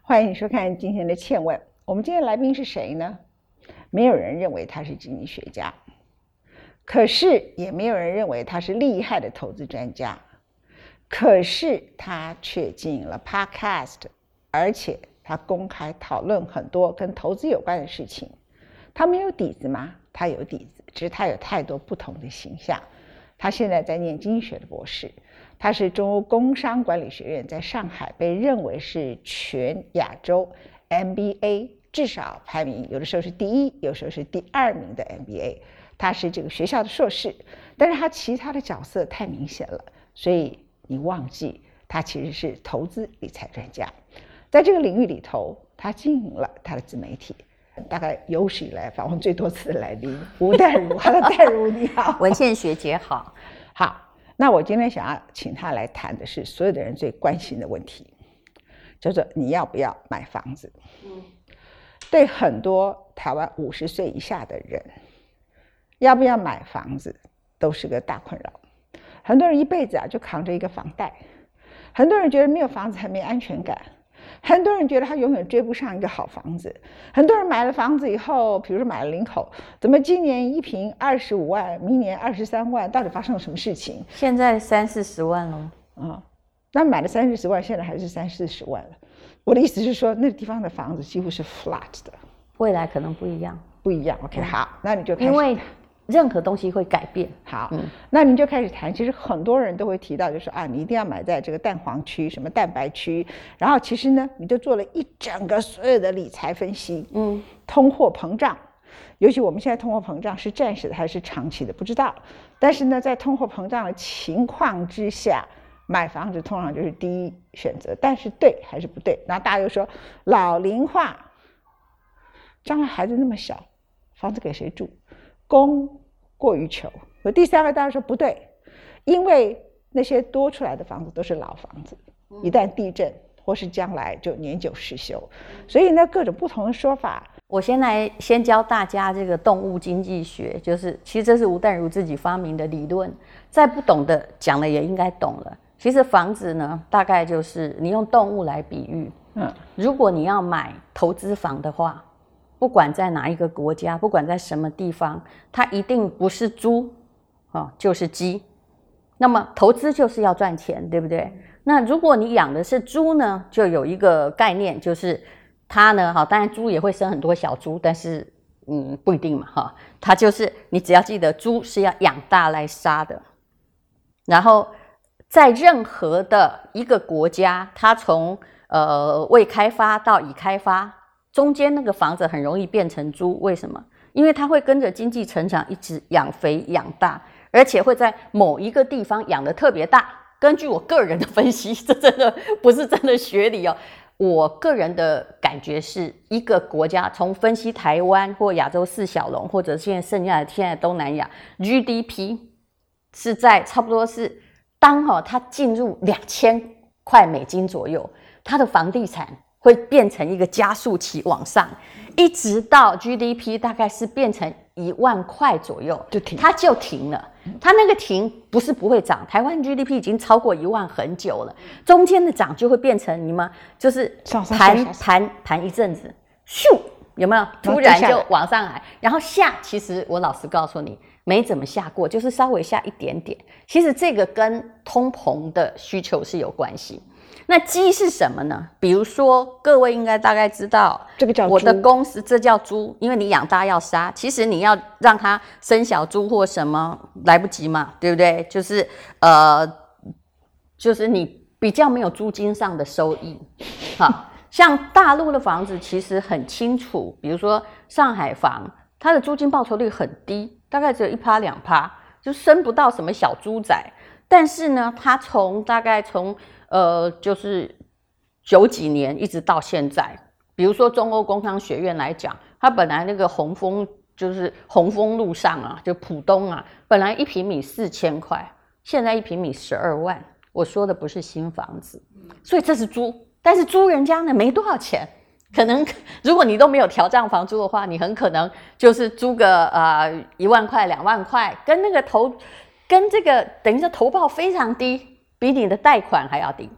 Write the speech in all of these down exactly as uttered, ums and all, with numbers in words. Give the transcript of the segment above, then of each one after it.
欢迎收看今天的倩问。我们今天的来宾是谁呢？没有人认为他是经济学家，可是也没有人认为他是厉害的投资专家，可是他却经营了 podcast， 而且他公开讨论很多跟投资有关的事情。他没有底子吗？他有底子，只是他有太多不同的形象。他现在在念经济学的博士，他是中欧工商管理学院在上海被认为是全亚洲 M B A 至少排名有的时候是第一，有时候是第二名的 M B A。 他是这个学校的硕士，但是他其他的角色太明显了，所以你忘记他其实是投资理财专家。在这个领域里头，他经营了他的自媒体，大概有史以来访问最多次的来宾吴淡如。Hello， 淡如你好。 文茜学姐好。 好，那我今天想要请他来谈的是所有的人最关心的问题，叫做你要不要买房子。嗯，对很多台湾五十岁以下的人，要不要买房子都是个大困扰。很多人一辈子啊就扛着一个房贷，很多人觉得没有房子很没安全感，很多人觉得他永远追不上一个好房子，很多人买了房子以后，比如说买了林口，怎么今年一坪二十五万，明年二十三万，到底发生了什么事情？ 现在三四十万了。 嗯，那买了三四十万，现在还是三四十万了。我的意思是说，那个地方的房子几乎是 flat 的， 未来可能不一样， 不一样。OK， 好，那你就开始。 因为任何东西会改变。 好，嗯，那你就开始谈。其实很多人都会提到，就是啊，你一定要买在这个蛋黄区、什么蛋白区。然后其实呢，你就做了一整个所有的理财分析。嗯，通货膨胀，尤其我们现在通货膨胀是暂时的还是长期的不知道。但是呢，在通货膨胀的情况之下，买房子通常就是第一选择。但是对还是不对？然后大家又说老龄化，将来孩子那么小，房子给谁住？供过于求。第三个大家说不对，因为那些多出来的房子都是老房子，一旦地震或是将来就年久失修，所以呢各种不同的说法。 我先来先教大家这个动物经济学，就是其实这是吴淡如自己发明的理论，再不懂的讲了也应该懂了。其实房子呢，大概就是你用动物来比喻。嗯，如果你要买投资房的话，不管在哪一个国家，不管在什么地方，它一定不是猪、哦、就是鸡。那么投资就是要赚钱，对不对？那如果你养的是猪呢，就有一个概念，就是它呢，好，当然猪也会生很多小猪，但是嗯不一定嘛，哈，它就是你只要记得，猪是要养大来杀的。然后在任何的一个国家，它从呃未开发到已开发，中间那个房子很容易变成猪，为什么？因为它会跟着经济成长一直养肥养大，而且会在某一个地方养得特别大。根据我个人的分析，这真的不是真的学理哦。我个人的感觉是，一个国家从分析台湾或亚洲四小龙，或者现在剩下的现在东南亚 G D P 是在差不多是当哈、哦、它进入两千块美金左右，它的房地产会变成一个加速器往上，一直到 G D P 大概是变成一万块左右， 就停， 它就停了。它那个停不是不会涨，台湾 G D P 已经超过一万很久了，中间的涨就会变成你们就是盘盘盘一阵子，咻，有没有？突然就往上来，然后下，其实我老实告诉你，没怎么下过，就是稍微下一点点。其实这个跟通膨的需求是有关系。那鸡是什么呢？比如说各位应该大概知道， 这个叫猪， 我的公司这叫猪，因为你养大要杀，其实你要让它生小猪或什么来不及嘛，对不对？就是呃，就是你比较没有租金上的收益。好，像大陆的房子其实很清楚，比如说上海房，它的租金报酬率很低，大概只有一趴两趴，就生不到什么小猪仔。但是呢，它从大概从呃，就是九几年一直到现在，比如说中欧工商学院来讲，它本来那个红枫就是红枫路上啊，就浦东啊，本来一平米四千块，现在一平米十二万。我说的不是新房子，所以这是租，但是租人家呢没多少钱，可能如果你都没有调涨房租的话，你很可能就是租个呃一万块两万块，跟那个投跟这个等于说投报非常低。比你的贷款还要低。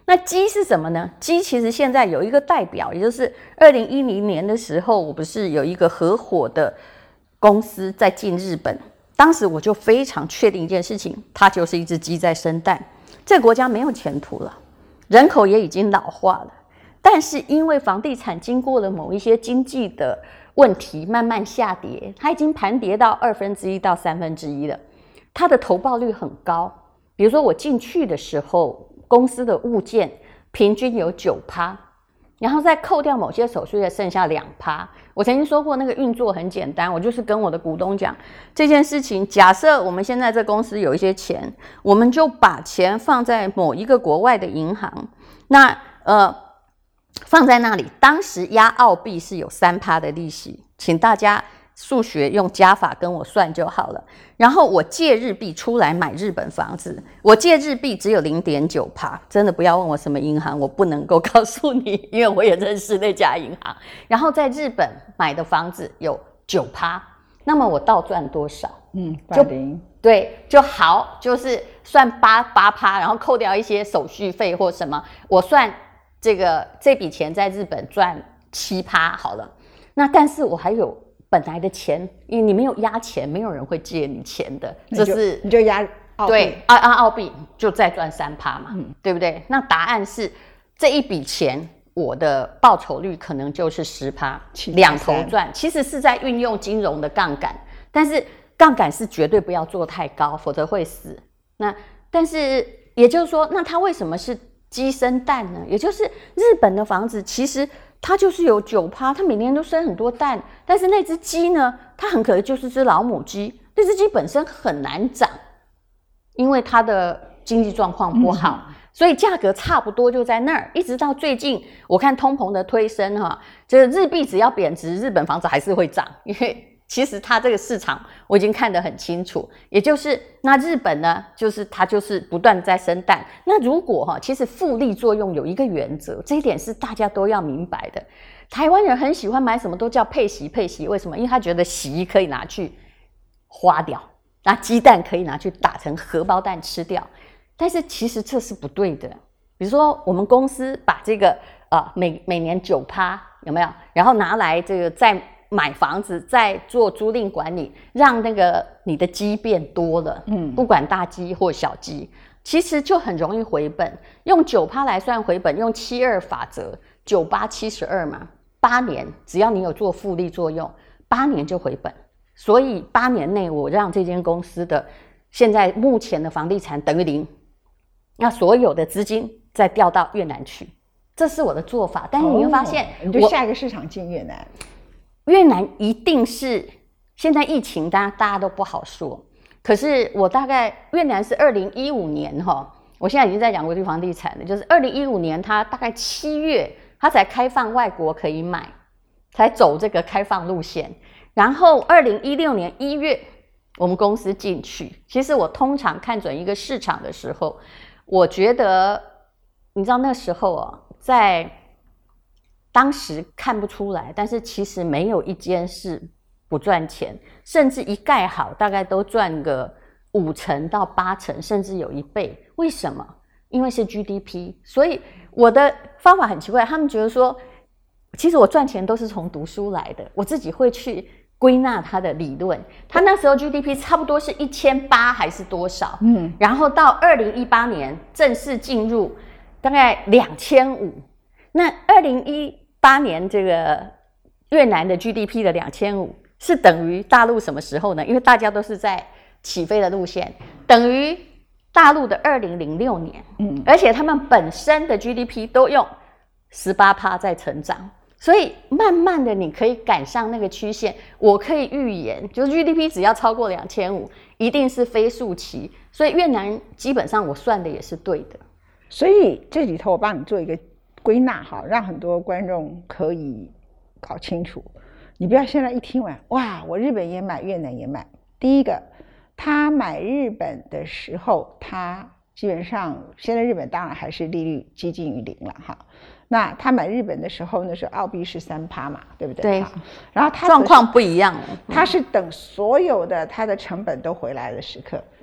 那基是什么呢？基其实现在有一个代表，也就是二零一零年的时候，我不是有一个合伙的公司在进日本，当时我就非常确定一件事情，它就是一只鸡在生蛋。这个国家没有前途了，人口也已经老化了，但是因为房地产经过了某一些经济的问题慢慢下跌，它已经盘跌到二分之一到三分之一了，它的投报率很高。比如说我进去的时候，公司的物件平均有 百分之九， 然后再扣掉某些手续费剩下 百分之二。 我曾经说过那个运作很简单，我就是跟我的股东讲这件事情，假设我们现在这公司有一些钱，我们就把钱放在某一个国外的银行，那呃放在那里，当时押澳币是有 百分之三 的利息，请大家数学用加法跟我算就好了。然后我借日币出来买日本房子，我借日币只有 零点九， 真的不要问我什么银行，我不能够告诉你，因为我也认识那家银行。然后在日本买的房子有 百分之九， 那么我倒赚多少？ 嗯， 就对就好，就是算八八趴，然后扣掉一些手续费或什么，我算这个这笔钱在日本赚七趴好了。那但是我还有本来的钱，因为你没有押钱，没有人会借你钱的，这是你就押澳币， 对，啊啊澳币就再赚三趴嘛、嗯，对不对？那答案是这一笔钱，我的报酬率可能就是十趴，两头赚。其实是在运用金融的杠杆，但是杠杆是绝对不要做太高，否则会死。那但是也就是说，那它为什么是鸡生蛋呢？也就是日本的房子其实它就是有 百分之九， 它每年都生很多蛋，但是那只鸡呢，它很可能就是只老母鸡，那只鸡本身很难长，因为它的经济状况不好、嗯、所以价格差不多就在那儿，一直到最近我看通膨的推升哈，就是日币只要贬值，日本房子还是会涨，因为其实它这个市场我已经看得很清楚，也就是那日本呢，就是它就是不断在生蛋。那如果哈，其实复利作用有一个原则，这一点是大家都要明白的。台湾人很喜欢买什么都叫配息配息，为什么？因为他觉得息可以拿去花掉，那鸡蛋可以拿去打成荷包蛋吃掉。但是其实这是不对的。比如说我们公司把这个呃每每年 百分之九 有没有？然后拿来这个再买房子，再做租赁管理，让那个你的鸡变多了，嗯，不管大鸡或小鸡，其实就很容易回本。用 百分之九 来算回本，用七二法则，九八七十二嘛，八年只要你有做复利作用，八年就回本。所以八年内我让这间公司的现在目前的房地产等于零，那所有的资金再调到越南去，这是我的做法。但是你会发现、哦、 你就下一个市场进越南。 越南一定是现在疫情大家大家都不好说，可是我大概越南是二零一五年哈，我现在已经在讲国际房地产了，就是二零一五年它大概七月它才开放外国可以买，才走这个开放路线，然后二零一六年一月我们公司进去。其实我通常看准一个市场的时候，我觉得你知道那时候啊，在当时看不出来，但是其实没有一间是不赚钱，甚至一盖好大概都赚个五成到八成，甚至有一倍。为什么？因为是 G D P。 所以我的方法很奇怪，他们觉得说其实我赚钱都是从读书来的，我自己会去归纳它的理论。他那时候 G D P 差不多是一千八还是多少，嗯，然后到二零一八年正式进入大概两千五。那二零一八年这个越南的 G D P 的两千五是等于大陆什么时候呢？因为大家都是在起飞的路线，等于大陆的二零零六年，嗯，而且他们本身的 G D P 都用 百分之十八 在成长，所以慢慢的你可以赶上那个曲线。我可以预言，就是 G D P 只要超过两千五，一定是飞速期。所以越南基本上我算的也是对的。 所以这里头我帮你做一个归纳哈，让很多观众可以搞清楚。你不要现在一听完，哇，我日本也买，越南也买。第一个，他买日本的时候，他基本上现在日本当然还是利率接近于零了哈。那他买日本的时候，那时候澳币是 百分之三 嘛，对不对？ 对。 然后他状况不一样， 他是等所有的他的成本都回来的时刻，嗯，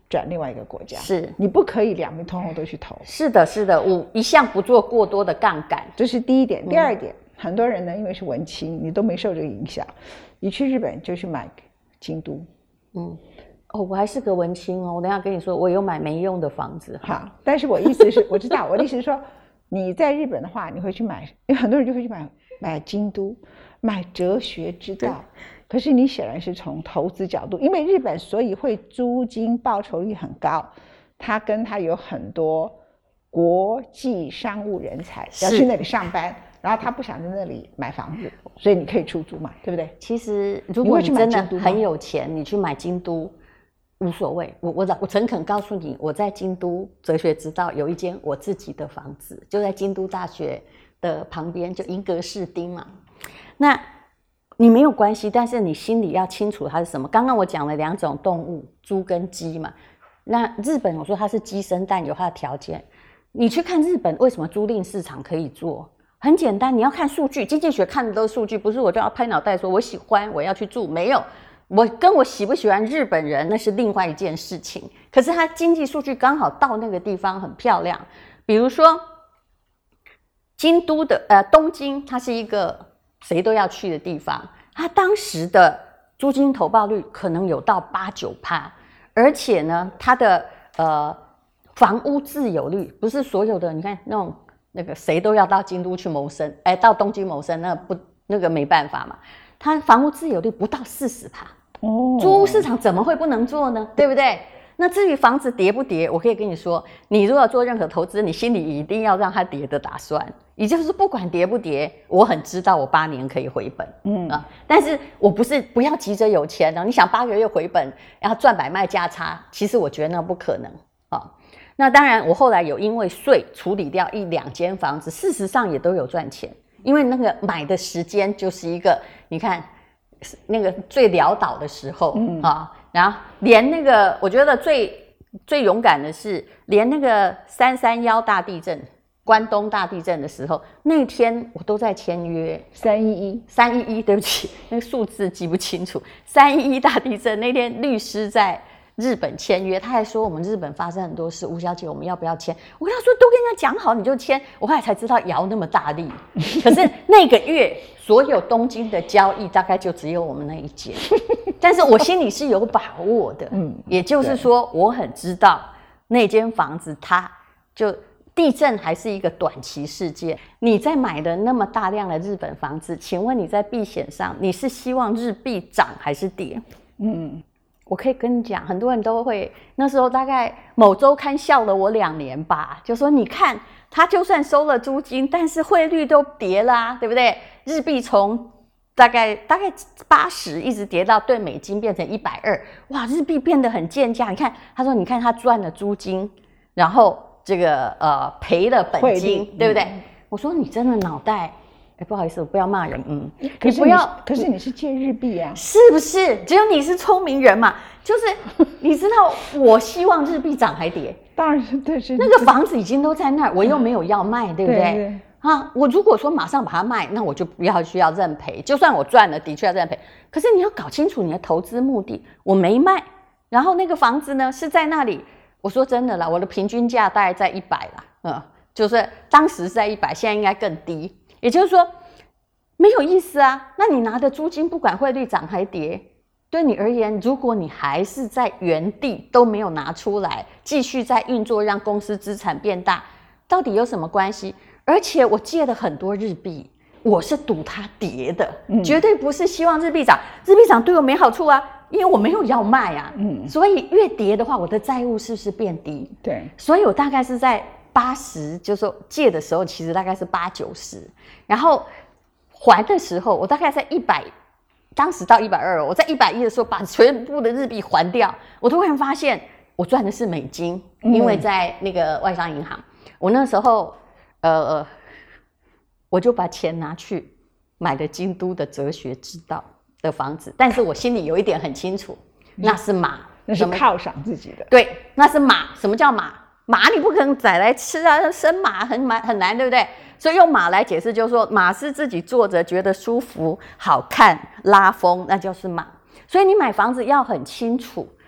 转另外一个国家， 是你不可以两边通通都去投。 是的，是的，我一向不做过多的杠杆， 这是第一点。第二点，嗯、很多人呢，因为是文青，你都没受这个影响，你去日本就去买京都。嗯， 哦，我还是个文青哦，我等一下跟你说，我有买没用的房子。 好，但是我意思是，我知道，我的意思是说，你在日本的话，你会去买，因为很多人就会去买买京都，买哲学之道。可是你显然是从投资角度，因为日本所以会租金报酬率很高，它跟它有很多国际商务人才要去那里上班，然后他不想在那里买房子，所以你可以出租嘛，对不对？ 其实如果你真的很有钱，你去买京都无所谓。我我我诚恳告诉你，我在京都哲学之道有一间我自己的房子，就在京都大学的旁边，就银阁士町嘛。那你没有关系，但是你心里要清楚它是什么。刚刚我讲了两种动物，猪跟鸡嘛。那日本我说它是鸡生蛋，有它的条件。你去看日本为什么租赁市场可以做？很简单，你要看数据，经济学看的都是数据，不是我就要拍脑袋说我喜欢我要去住，没有。我跟我喜不喜欢日本人那是另外一件事情。可是它经济数据刚好到那个地方很漂亮，比如说京都的呃东京，它是一个谁都要去的地方，它当时的租金投报率可能有到八九趴，而且呢，它的呃房屋自有率不是所有的，你看那种那个谁都要到京都去谋生，哎，到东京谋生，那不那个没办法嘛，它房屋自有率不到四十趴，哦，租屋市场怎么会不能做呢？对不对？那至于房子跌不跌，我可以跟你说，你如果做任何投资，你心里一定要让它跌的打算，也就是不管跌不跌，我很知道我八年可以回本，嗯啊，但是我不是不要急着有钱呢，你想八个月回本，然后赚买卖价差，其实我觉得那不可能啊。那当然，我后来有因为税处理掉一两间房子，事实上也都有赚钱，因为那个买的时间就是一个，你看那个最潦倒的时候，嗯啊。然后连那个我觉得最最勇敢的是连那个三三一大地震关东大地震的时候，那天我都在签约三一一三一一对不起那个数字记不清楚，三一一大地震那天律师在日本签约，他还说我们日本发生很多事，吴小姐我们要不要签？我跟他说都跟人家讲好你就签，我后来才知道摇那么大力可是那个月所有东京的交易大概就只有我们那一间但是我心里是有把握的，嗯，也就是说我很知道那间房子它就地震还是一个短期事件。你在买的那么大量的日本房子，请问你在避险上你是希望日币涨还是跌？嗯，我可以跟你讲，很多人都会那时候大概某周刊笑了我两年吧，就说你看他就算收了租金，但是汇率都跌啦、啊，对不对？日币从大概大概八十一直跌到对美金变成一百二，哇，日币变得很贱价。你看，他说你看他赚了租金，然后这个呃赔了本金，对不对？嗯、我说你真的脑袋。哎，不好意思，我不要骂人，嗯， 可是你不要，可是你是借日币啊， 是不是？只有你是聪明人嘛，就是你知道，我希望日币涨还跌， 当然是对，是那个房子已经都在那儿，我又没有要卖，对不对？ 对对啊，我如果说马上把它卖，那我就不要需要认赔，就算我赚了，的确要认赔。可是你要搞清楚你的投资目的，我没卖，然后那个房子呢是在那里，我说真的啦，我的平均价大概在一百啦，嗯，就是当时在一百，现在应该更低。也就是说没有意思啊，那你拿的租金不管汇率涨还跌，对你而言，如果你还是在原地都没有拿出来继续在运作让公司资产变大，到底有什么关系？而且我借了很多日币，我是赌它跌的、嗯、绝对不是希望日币涨，日币涨对我没好处啊，因为我没有要卖啊、嗯、所以越跌的话我的债务是不是变低？ 对， 所以我大概是在八十，就是说借的时候其实大概是八九十，然后还的时候我大概在一百，当时到一百二，我在一百一的时候把全部的日币还掉，我突然发现我赚的是美金，因为在那个外商银行、嗯、我那时候呃我就把钱拿去买了京都的哲学之道的房子，但是我心里有一点很清楚，那是马， 那是犒赏自己的， 对，那是马。什么叫马？马你不可能宰来吃啊，生马很很难，对不对？所以用马来解释就是说，马是自己坐着觉得舒服、好看、拉风，那就是马。所以你买房子要很清楚，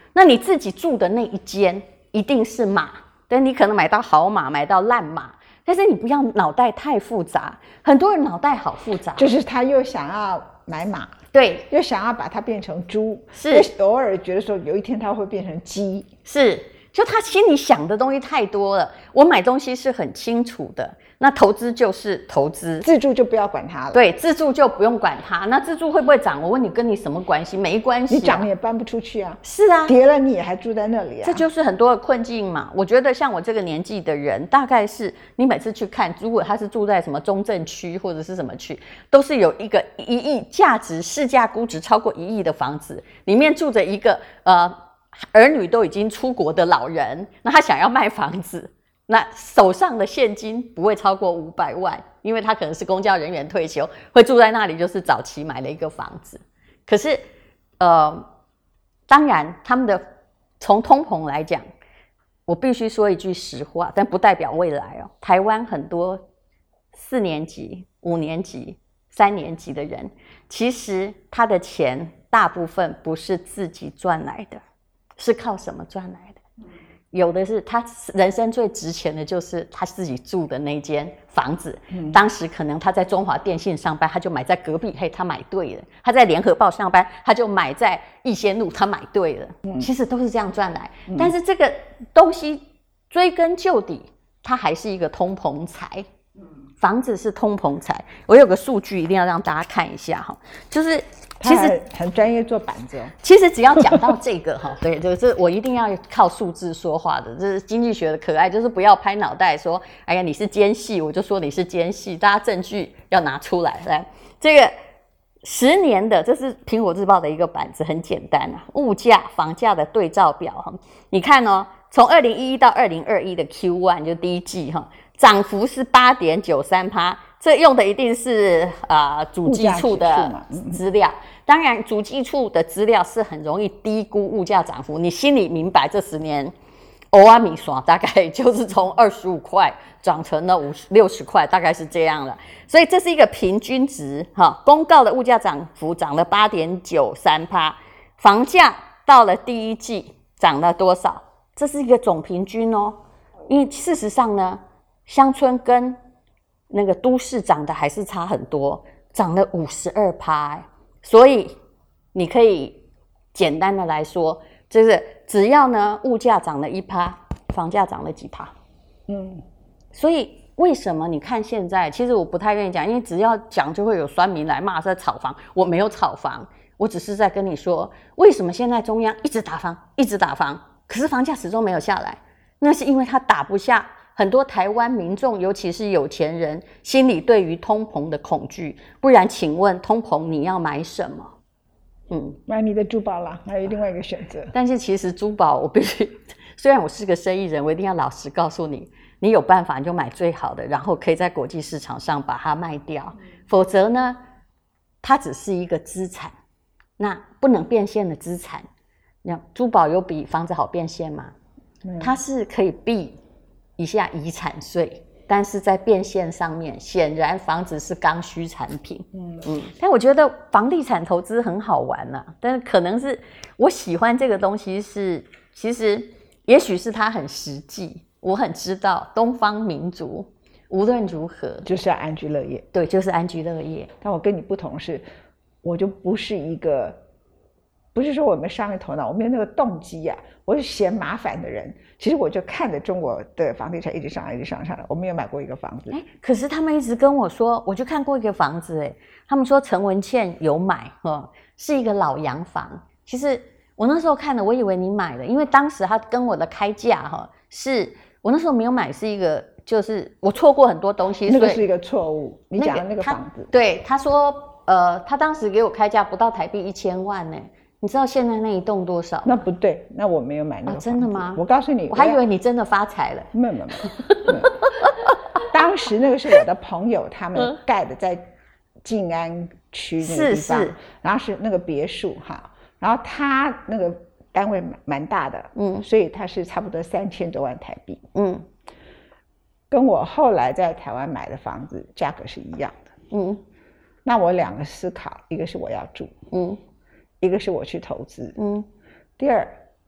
那你自己住的那一间一定是马，但你可能买到好马，买到烂马，但是你不要脑袋太复杂。很多人脑袋好复杂， 就是他又想要买马， 对， 又想要把它变成猪， 是偶尔觉得说有一天它会变成鸡， 是。就他心里想的东西太多了。我买东西是很清楚的，那投资就是投资， 自住就不要管它了。 对，自住就不用管它。那自住会不会涨？我问你，跟你什么关系？没关系、啊， 你涨也搬不出去啊。 是啊， 跌了你也还住在那里啊。 这就是很多的困境嘛。我觉得像我这个年纪的人，大概是你每次去看，如果他是住在什么中正区或者是什么区，都是有一个一亿价值市价估值超过一亿的房子，里面住着一个呃。儿女都已经出国的老人，那他想要卖房子，那手上的现金不会超过五百万，因为他可能是公教人员退休，会住在那里，就是早期买了一个房子。可是，呃，当然他们的从通膨来讲，我必须说一句实话，但不代表未来哦。台湾很多四年级、五年级、三年级的人，其实他的钱大部分不是自己赚来的。是靠什么赚来的？有的是他人生最值钱的就是他自己住的那间房子、嗯、当时可能他在中华电信上班，他就买在隔壁，嘿，他买对了。他在联合报上班，他就买在逸仙路，他买对了、嗯、其实都是这样赚来、嗯、但是这个东西追根究底，它还是一个通膨财。房子是通膨财。我有个数据一定要让大家看一下哈，就是其实很专业做板子哦。 其实只要讲到这个哈，对，就是我一定要靠数字说话的，这是经济学的可爱，就是不要拍脑袋说，哎呀你是奸细，我就说你是奸细，大家证据要拿出来。来，这个十年的，这是苹果日报的一个板子，很简单啊，物价房价的对照表哈，你看哦，从二零一一到二零二一的 Q 一 就第一季哈，涨幅是 八点九三趴。这用的一定是呃主计处的资料，当然主计处的资料是很容易低估物价涨幅，你心里明白这十年欧阿米爽大概就是从二十五块涨成了六十块，大概是这样了。所以这是一个平均值哈，公告的物价涨幅涨了 八点九三趴， 房价到了第一季涨了多少？这是一个总平均哦，因为事实上呢，乡村跟那个都市涨的还是差很多，涨了 百分之五十二、欸、所以你可以简单的来说，就是只要呢物价涨了 百分之一， 房价涨了几趴。嗯，所以为什么你看现在，其实我不太愿意讲，因为只要讲就会有酸民来骂在炒房，我没有炒房，我只是在跟你说，为什么现在中央一直打房一直打房，可是房价始终没有下来，那是因为它打不下很多台湾民众，尤其是有钱人心里对于通膨的恐惧。不然请问通膨你要买什么？嗯， 买你的珠宝啦，还有另外一个选择。 但是其实珠宝我必须，虽然我是个生意人，我一定要老实告诉你，你有办法你就买最好的，然后可以在国际市场上把它卖掉，否则呢它只是一个资产，那不能变现的资产。那珠宝有比房子好变现吗？它是可以避一下遗产税，但是在变现上面，显然房子是刚需产品。嗯嗯，但我觉得房地产投资很好玩啊，但是可能是我喜欢这个东西是，其实也许是它很实际。我很知道东方民族无论如何就是要安居乐业， 对，就是安居乐业。 但我跟你不同是，我就不是一个，不是说我没商业头脑，我没有那个动机啊，我是嫌麻烦的人。其实我就看着中国的房地产一直上来，一直上上来，我没有买过一个房子。 哎，可是他们一直跟我说，我就看过一个房子，哎，他们说陈文茜有买，哦，是一个老洋房。其实我那时候看了，我以为你买了，因为当时他跟我的开价，哈，是我那时候没有买，是一个就是我错过很多东西， 那个是一个错误。你讲的那个房子， 对，他说，呃，他当时给我开价不到台币一千万呢。你知道现在那一栋多少？ 那不对，那我没有买那个房子。 哦，真的吗？ 我告诉你， 我还以为你真的发财了。 没有没有没有。当时那个是我的朋友他们盖的，在静安区那个地方， 是是， 然后是那个别墅哈，然后他那个单位蛮大的，嗯，所以他是差不多三千多万台币，嗯，跟我后来在台湾买的房子价格是一样的，嗯，那我两个思考，一个是我要住，嗯。一个是我去投资，嗯，第二，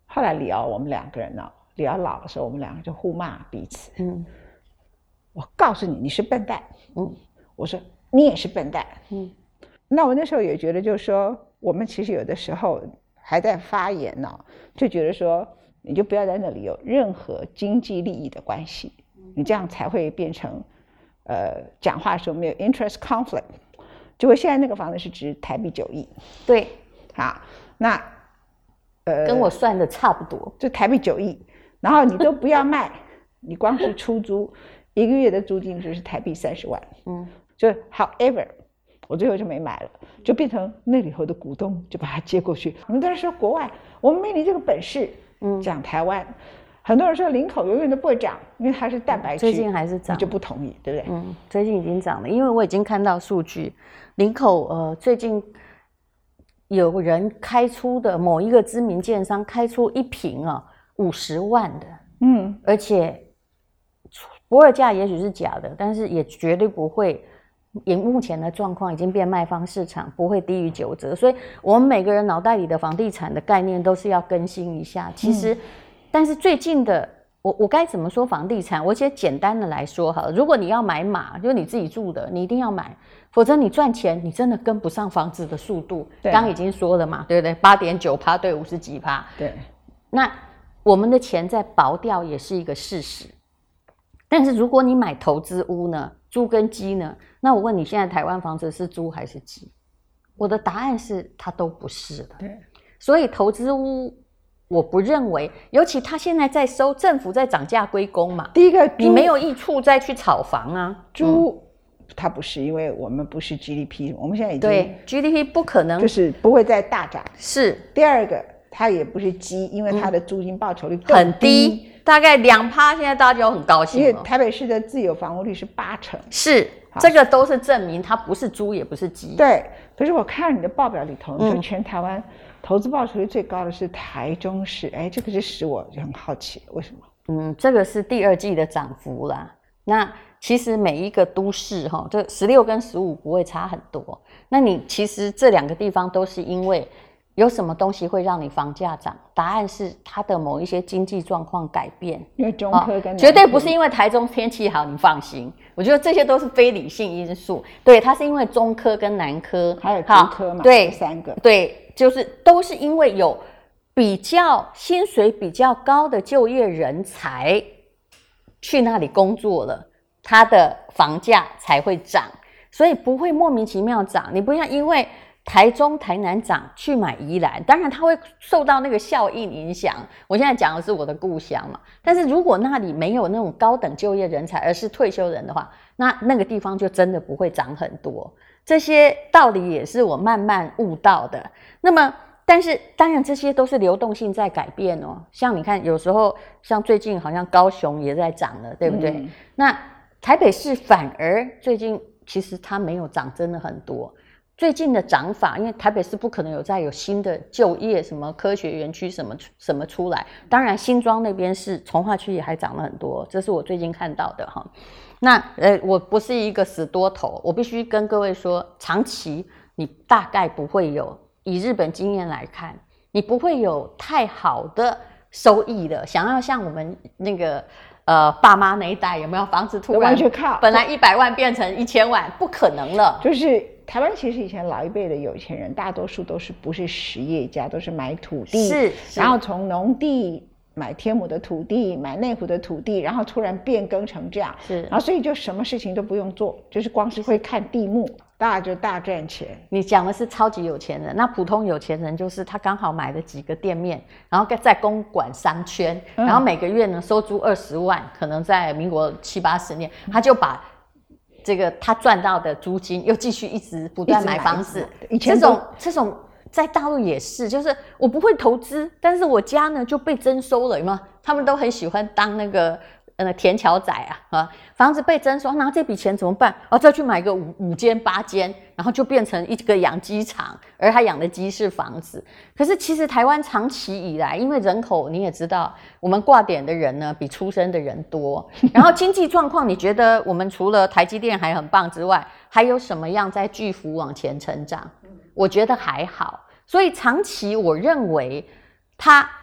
后来李敖我们两个人呢、哦，李敖老的时候，我们两个就互骂彼此。嗯，我告诉你，你是笨蛋。嗯，我说你也是笨蛋。嗯，那我那时候也觉得，就是说，我们其实有的时候还在发言呢、哦，就觉得说，你就不要在那里有任何经济利益的关系，你这样才会变成，呃，讲话的时候没有 interest conflict。结果现在那个房子是值台币九亿。 对， 好，那。 呃，跟我算的差不多， 就台币九亿，然后你都不要卖，你光是出租，一个月的租金就是台币三十万，嗯，就 however， 我最后就没买了，就变成那里头的股东就把它接过去。你们都是说国外，我们没你这个本事，嗯，讲台湾，很多人说林口永远都不会涨，因为它是蛋白区， 最近还是涨， 你就不同意，对不对？ 嗯，最近已经涨了，因为我已经看到数据，林口呃最近。有人开出的某一个知名建商开出一坪啊五十万的，嗯，而且不二价也许是假的，但是也绝对不会，以目前的状况已经变卖方市场，不会低于九折。所以我们每个人脑袋里的房地产的概念都是要更新一下。其实，嗯、但是最近的我我该怎么说房地产？我先简单的来说好了，如果你要买马，就是你自己住的，你一定要买。否则你赚钱，你真的跟不上房子的速度。刚刚已经说了嘛，对不对？八点九趴对五十几趴。 对， 那我们的钱在薄掉也是一个事实。但是如果你买投资屋呢，租跟鸡呢？那我问你，现在台湾房子是租还是鸡？我的答案是它都不是了。 对， 所以投资屋我不认为，尤其他现在在收，政府在涨价归公嘛。 第一个， 你没有益处再去炒房啊， 租。嗯它不是，因为我们不是 G D P， 我们现在已经对 G D P 不可能， 就是不会再大涨。 是第二个，它也不是鸡，因为它的租金报酬率更低、 嗯、很低，大概两趴，现在大家都很高兴、哦。 因为台北市的自有房屋率是八成， 是这个都是证明它不是猪也不是鸡。 对，可是我看你的报表里头，你说全台湾投资报酬率最高的是台中市，哎，这个就使我就很好奇，为什么？ 嗯，这个是第二季的涨幅啦。那其实每一个都市哈，这十六跟十五不会差很多。那你其实这两个地方都是因为有什么东西会让你房价涨？答案是它的某一些经济状况改变。 因为中科跟南科、 哦、绝对不是因为台中天气好，你放心。我觉得这些都是非理性因素。对，它是因为中科跟南科还有竹科嘛， 对， 三个， 对，就是都是因为有比较薪水比较高的就业人才去那里工作了。它的房价才会涨，所以不会莫名其妙涨。你不要因为台中、台南涨去买宜兰，当然它会受到那个效应影响。我现在讲的是我的故乡嘛，但是如果那里没有那种高等就业人才，而是退休人的话，那那个地方就真的不会涨很多。这些道理也是我慢慢悟到的。那么，但是当然这些都是流动性在改变哦。像你看，有时候像最近好像高雄也在涨了，对不对？嗯、那台北市反而最近其实它没有涨，真的很多。最近的涨法，因为台北市不可能有再有新的就业什么科学园区什么什么出来。当然新庄那边是从化区也还涨了很多，这是我最近看到的哈。那呃，我不是一个死多头，我必须跟各位说，长期你大概不会有，以日本经验来看，你不会有太好的收益的。想要像我们那个。呃，爸妈那一代有没有房子突然本来一百万变成一千万，不可能了。 就是台湾其实以前老一辈的有钱人，大多数都是不是实业家，都是买土地， 是， 然后从农地买天母的土地，买内湖的土地，然后突然变更成这样， 是， 然后所以就什么事情都不用做，就是光是会看地目，大就大赚钱。 你讲的是超级有钱人，那普通有钱人就是他刚好买了几个店面，然后在公馆商圈，嗯、然后每个月呢收租二十万，可能在民国七八十年，他就把这个他赚到的租金又继续一直不断买房子。 以前这种这种在大陆也是，就是我不会投资，但是我家呢就被征收了，有没有？他们都很喜欢当那个。呃，田桥仔啊，啊，房子被征收，拿这笔钱怎么办？哦，再去买个五五间八间，然后就变成一个养鸡场，而他养的鸡是房子。可是其实台湾长期以来，因为人口你也知道，我们挂点的人呢比出生的人多，然后经济状况，你觉得我们除了台积电还很棒之外，还有什么样在巨幅往前成长？我觉得还好，所以长期我认为它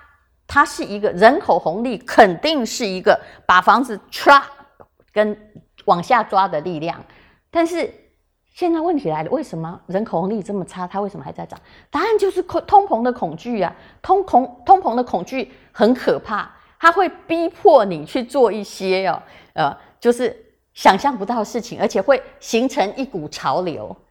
它是一个人口红利，肯定是一个把房子唰跟往下抓的力量。但是现在问题来了，为什么人口红利这么差，它为什么还在涨？答案就是通膨的恐惧啊！通膨通膨的恐惧很可怕，它会逼迫你去做一些哦，呃，就是想象不到的事情，而且会形成一股潮流。